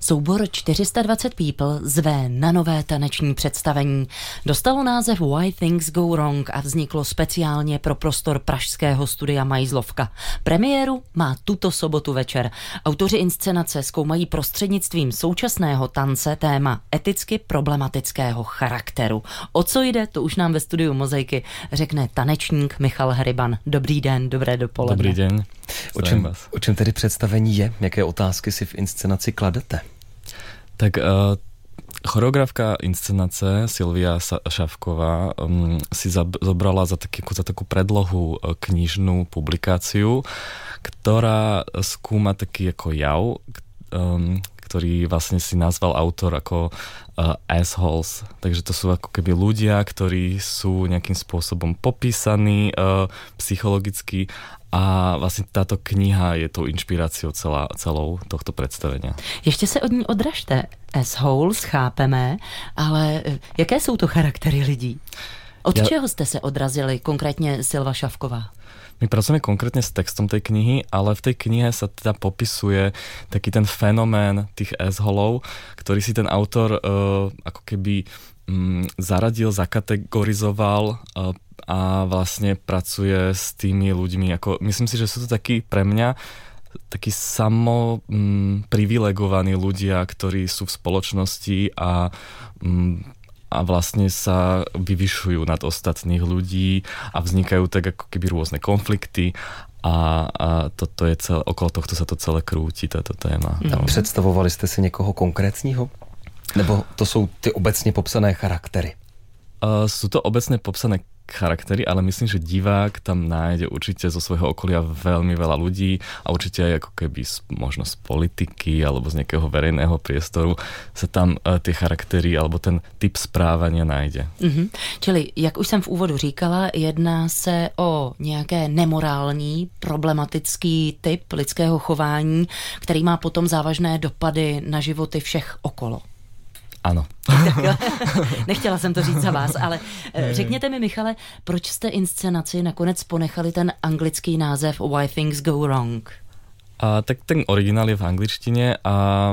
Soubor 420 People zve na nové taneční představení. Dostalo název Why Things Go Wrong a vzniklo speciálně pro prostor pražského studia Majzlovka. Premiéru má tuto sobotu večer. Autoři inscenace zkoumají prostřednictvím současného tance téma eticky problematického charakteru. O co jde, to už nám ve studiu Mozaiky řekne tanečník Michal Hryban. Dobrý den, dobré dopoledne. Dobrý den. O čem tedy představení je? Jaké otázky si v inscenaci kladete? Tak choreografka inscenace Silvia Šavková si zobrala za takú predlohu knižnú publikáciu, ktorá skúma taký ako jav, ktorý vlastne si nazval autor ako assholes. Takže to sú ako keby ľudia, ktorí sú nejakým spôsobom popísaní psychologicky a vlastne táto kniha je tou inšpiráciou celou tohto představení. Ještě se od ní odražte. Assholes chápeme, ale jaké jsou to charaktery lidí? Od čeho jste se odrazili, konkrétně Silva Šavková? My pracujeme konkrétne s textom tej knihy, ale v tej knihe sa teda popisuje taký ten fenomén tých assholov, ktorý si ten autor ako keby zaradil, zakategorizoval a vlastne pracuje s tými ľuďmi. Myslím si, že sú to takí pre mňa takí privilegovaní ľudia, ktorí sú v spoločnosti a vlastne sa vyvyšujú nad ostatných ľudí a vznikajú tak ako keby rôzne konflikty a toto je okolo tohto sa to celé krúti, táto téma. A představovali jste si někoho konkrétního? Nebo to jsou ty obecně popsané charaktery? Sú to obecne popsané charaktery, ale myslím, že divák tam nájde určite zo svojho okolia veľmi veľa ľudí a určite aj ako keby možno z politiky alebo z nejakého verejného priestoru sa tam tie charaktery alebo ten typ správania nájde. Čili, jak už jsem v úvodu říkala, jedná se o nějaké nemorální, problematický typ lidského chování, který má potom závažné dopady na životy všech okolo. Ano. Nechtěla jsem to říct za vás, ale řekněte mi, Michale, proč jste inscenaci nakonec ponechali ten anglický název Why Things Go Wrong? Tak ten originál je v angličtině a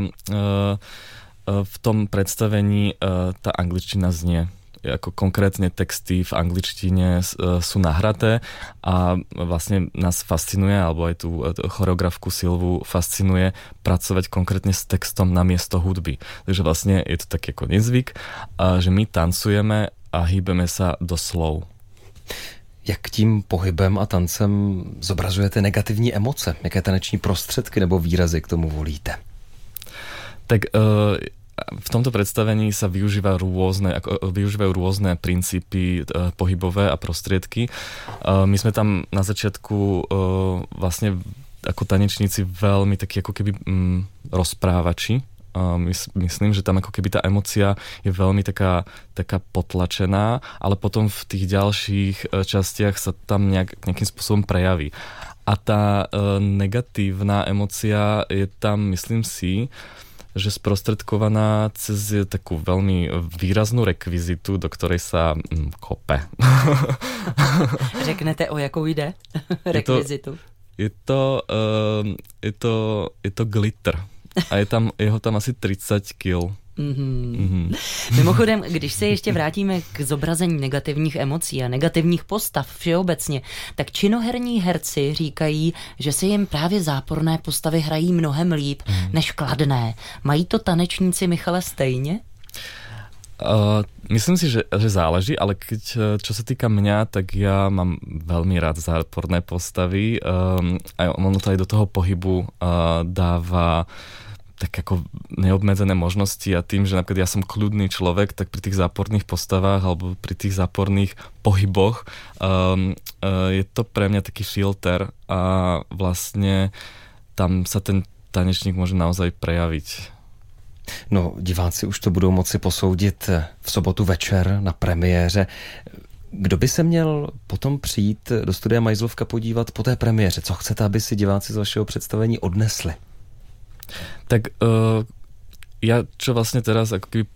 v tom představení ta angličtina znie. Ako konkrétne texty v angličtine sú nahraté a vlastne nás fascinuje, alebo aj tú choreografku Silvu fascinuje pracovať konkrétne s textom namiesto hudby. Takže vlastne je to tak ako nezvyk, že my tancujeme a hýbeme sa do slov. Jak tím pohybem a tancem zobrazujete negativní emoce? Jaké taneční prostředky nebo výrazy k tomu volíte? Tak v tomto predstavení sa využívajú rôzne princípy pohybové a prostriedky. My sme tam na začiatku vlastne ako tanečníci veľmi takí ako keby rozprávači. Myslím, že tam ako keby tá emócia je veľmi taká potlačená, ale potom v tých ďalších častiach sa tam nejakým spôsobom prejaví. A tá negatívna emócia je tam, myslím si, že sprostredkovaná cez takú veľmi výraznú rekvizitu, do ktorej sa kope. Řeknete, o jakou jde rekvizitu? Je to glitter. A je ho tam asi 30 kg. Mimochodem, když se ještě vrátíme k zobrazení negativních emocí a negativních postav všeobecně, tak činoherní herci říkají, že si jim právě záporné postavy hrají mnohem líp než kladné. Mají to tanečníci, Michale, stejně? Myslím si, že záleží, ale čo sa týka mňa, tak ja mám veľmi rád záporné postavy a ono to aj do toho pohybu dáva tak ako neobmedzené možnosti a tým, že napríklad ja som kľudný človek, tak pri tých záporných postavách alebo pri tých záporných pohyboch je to pre mňa taký filter a vlastne tam sa ten tanečník môže naozaj prejaviť. No, diváci už to budou moci posoudit v sobotu večer na premiéře. Kdo by se měl potom přijít do studia Majzlovka podívat po té premiéře? Co chcete, aby si diváci z vašeho představení odnesli? Tak ja čo vlastne teraz ako keby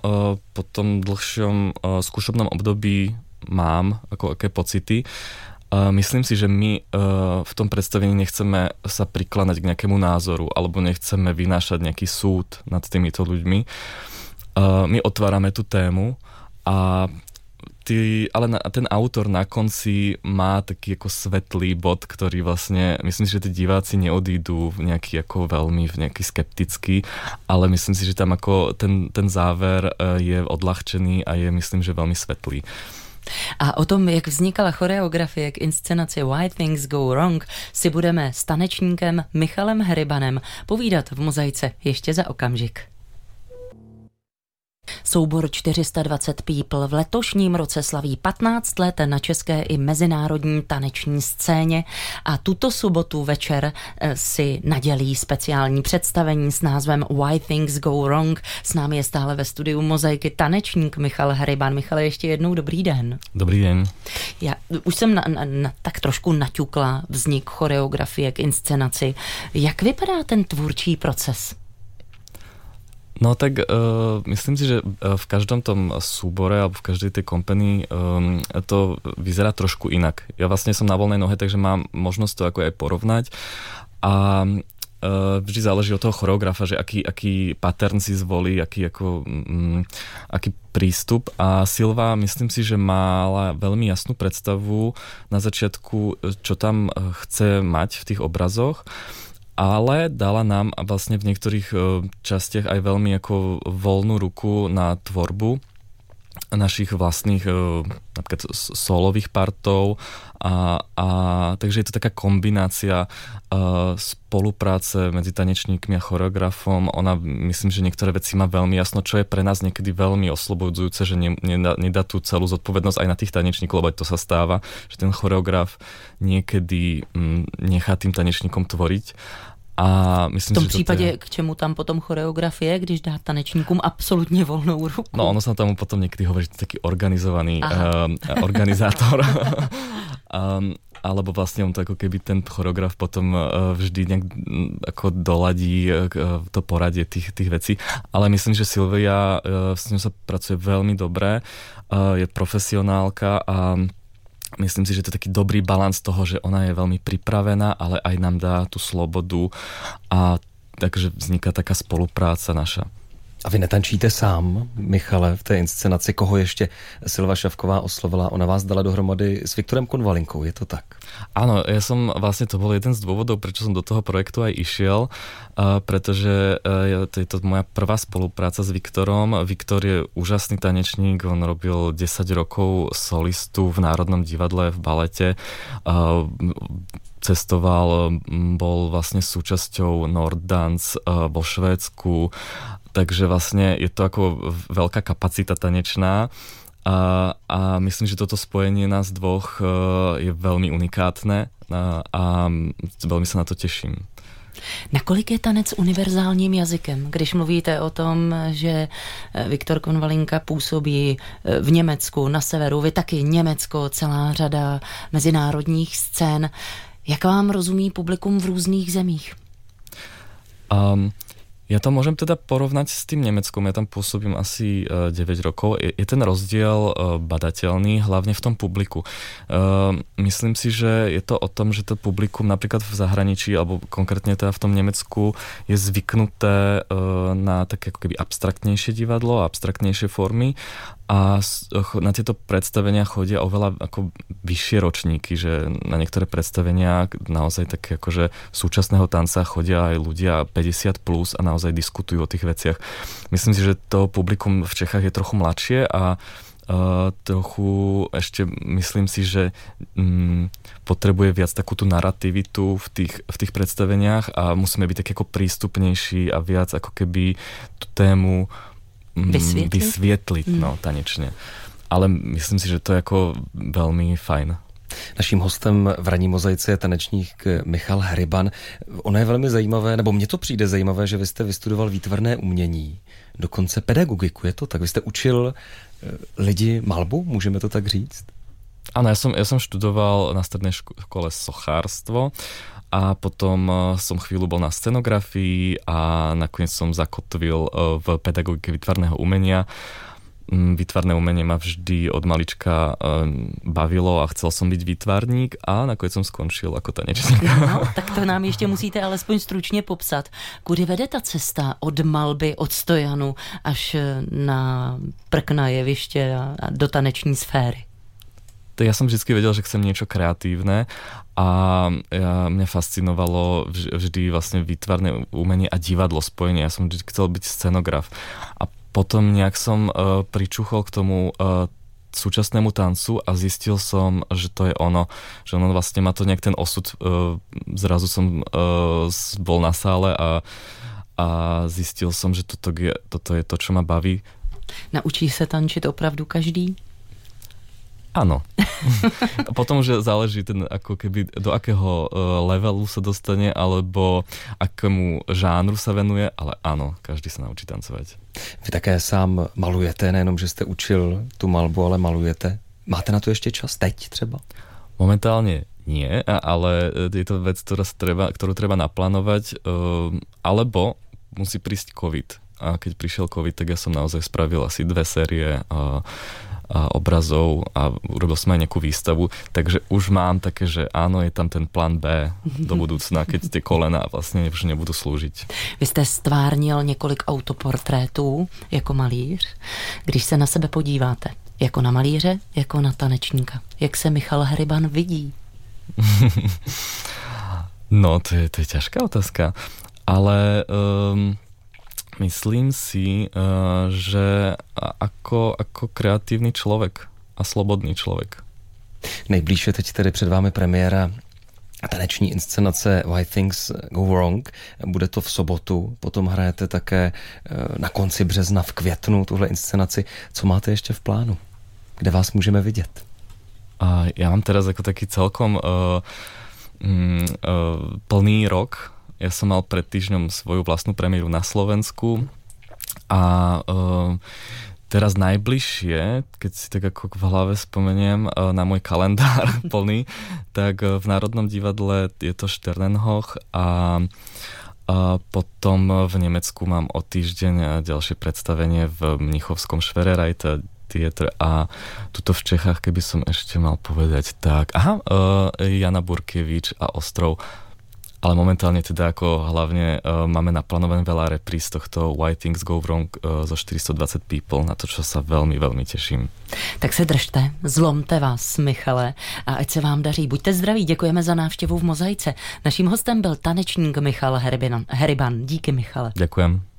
po tom dlhšom skúšobnom období mám, ako aké pocity, Myslím si, že my v tom predstavení nechceme sa prikladať k nejakému názoru alebo nechceme vynášať nejaký súd nad týmito ľuďmi. My otvárame tú tému a ale ten autor na konci má taký ako svetlý bod, ktorý vlastne, myslím si, že tí diváci neodídu v nejaký ako veľmi v nejaký skeptický, ale myslím si, že tam ako ten záver je odľahčený a je, myslím, že veľmi svetlý. A o tom, jak vznikala choreografie k inscenaci Why Things Go Wrong, si budeme s tanečníkem Michalem Hrybanem povídat v Mozaice ještě za okamžik. Soubor 420 People v letošním roce slaví 15 let na české i mezinárodní taneční scéně a tuto sobotu večer si nadělí speciální představení s názvem Why Things Go Wrong. S námi je stále ve studiu Mozaiky tanečník Michal Hryban. Michale, ještě jednou dobrý den. Dobrý den. Já už jsem tak trošku naťukla vznik choreografie k inscenaci. Jak vypadá ten tvůrčí proces? No tak myslím si, že v každom tom súbore alebo v každej tej kompanii to vyzerá trošku inak. Ja vlastne som na voľnej nohe, takže mám možnosť to ako aj porovnať a vždy záleží od toho choreografa, že aký pattern si zvolí, aký prístup a Silva myslím si, že mala veľmi jasnú predstavu na začiatku, čo tam chce mať v tých obrazoch, ale dala nám vlastne v niektorých častiach aj veľmi ako voľnú ruku na tvorbu našich vlastných napríklad solových partov a takže je to taká kombinácia spolupráce medzi tanečníkmi a choreografom. Ona, myslím, že niektoré veci má veľmi jasno, čo je pre nás niekedy veľmi oslobodzujúce, že nedá tú celú zodpovednosť aj na tých tanečníkov, lebo to sa stáva, že ten choreograf niekedy nechá tým tanečníkom tvoriť. A myslím, v tom případě, k čemu tam potom choreografie, když dá tanečníkům absolutně volnou ruku? No ono sa tam potom niekedy hovorí, že to je taký organizovaný organizátor. Alebo vlastne on to ako keby ten choreograf potom vždy nejak ako doladí to poradie tých vecí. Ale myslím, že Silvia, s ňou sa pracuje veľmi dobre, je profesionálka a myslím si, že to je taký dobrý balans toho, že ona je veľmi pripravená, ale aj nám dá tú slobodu a takže vzniká taká spolupráca naša. A vy netančíte sám, Michale, v té inscenaci. Koho ještě Silva Šavková oslovila? Ona vás dala dohromady s Viktorem Konvalinkou, je to tak? Áno, ja som vlastne, to bol jeden z dôvodov, prečo som do toho projektu aj išiel, pretože to je to moja prvá spolupráca s Viktorom. Viktor je úžasný tanečník, on robil 10 rokov solistu v Národnom divadle v balete, cestoval, bol vlastne súčasťou Norddance vo Švédsku, takže vlastne je to ako veľká kapacita tanečná a myslím, že toto spojenie nás dvoch je veľmi unikátne a veľmi sa na to teším. Nakolik je tanec univerzálním jazykem? Když mluvíte o tom, že Viktor Konvalinka působí v Německu, na severu, vy taky Německo, celá řada mezinárodních scén. Jak vám rozumí publikum v různých zemích? Ja to môžem teda porovnať s tým Nemeckom. Ja tam pôsobím asi 9 rokov. Je ten rozdiel badateľný, hlavne v tom publiku. Myslím si, že je to o tom, že to publikum napríklad v zahraničí, alebo konkrétne teda v tom Nemecku, je zvyknuté na také ako keby abstraktnejšie divadlo, abstraktnejšie formy a na tieto predstavenia chodia oveľa ako vyššie ročníky, že na niektoré predstavenia naozaj také akože súčasného tanca chodia aj ľudia 50 plus a naozaj diskutujú o tých veciach. Myslím si, že to publikum v Čechách je trochu mladšie a trochu ešte myslím si, že potrebuje viac takú tú narrativitu v tých predstaveniach a musíme byť tak ako prístupnejší a viac ako keby tú tému vysvietliť tanečne. Ale myslím si, že to je ako veľmi fajn. Naším hostem v ranní Mozaice je tanečník Michal Hryban. Ono je velmi zajímavé, nebo mně to přijde zajímavé, že vy jste vystudoval výtvarné umění, dokonce pedagogiku, je to tak? Vy jste učil lidi malbu, můžeme to tak říct? Áno, ja som študoval na strednej škole sochárstvo a potom som chvíľu bol na scenografii a nakoniec som zakotvil v pedagogike výtvarného umenia. výtvarné umenie ma vždy od malička bavilo a chcel som byť výtvarník a nakonec som skončil ako tanečník. No, tak to nám ještě musíte alespoň stručně popsat. Kudy vede ta cesta od malby, od stojanu až na prkna jeviště a do taneční sféry? Ja som vždy vedel, že chcem niečo kreatívne a mňa fascinovalo vždy vlastne výtvarné umenie a divadlo spojenie. Ja som vždy chcel byť scenograf. A potom nejak som pričuchol k tomu súčasnému tancu a zistil som, že to je ono. Že ono vlastne má to nejak ten osud. Zrazu som bol na sále a zistil som, že toto je to, čo ma baví. Naučí se tančit opravdu každý? Áno. A potom, že záleží ako keby do akého levelu sa dostane, alebo akému žánru sa venuje, ale áno, každý sa naučí tancovať. Vy také sám malujete, nejenom, že jste učil tu malbu, ale malujete. Máte na to ještě čas teď třeba? Momentálne nie, ale je to vec, ktorú treba naplánovať, alebo musí prísť COVID. A keď prišiel COVID, tak ja som naozaj spravil asi 2 série obrazov a urobil som aj nejakú výstavu, takže už mám také, že áno, je tam ten plán B do budúcna, keď tie kolena vlastne už nebudú slúžiť. Vy jste stvárnil několik autoportrétů jako malíř. Když se na sebe podíváte, jako na malíře, jako na tanečníka, jak se Michal Heriban vidí? No, to je ťažká otázka, ale myslím si, že ako kreatívny človek a slobodný človek. Nejblíž je teď tedy před vámi premiéra taneční inscenace Why Things Go Wrong. Bude to v sobotu, potom hrajete také na konci března, v květnu tuhle inscenaci. Co máte ještě v plánu? Kde vás můžeme vidět? Ja mám teraz ako taký celkom plný rok. Ja som mal pred týždňom svoju vlastnú premiéru na Slovensku a teraz najbližšie, keď si tak ako v hlave spomeniem na môj kalendár plný, tak v Národnom divadle je to Sternenhoch a potom v Nemecku mám o týždeň ďalšie predstavenie v mnichovskom Schwererreiter Theater a tuto v Čechách, keby som ešte mal povedať tak. Jana Burkievič a Ostrov. Ale momentálne teda ako hlavne máme naplánované veľa repríz tohto Why Things Go Wrong zo 420 People, na to, čo sa veľmi, veľmi teším. Tak se držte, zlomte vás, Michale, a ať se vám daří. Buďte zdraví, děkujeme za návštěvu v Mozaice. Naším hostem byl tanečník Michal Heriban. Díky, Michale. Ďakujem.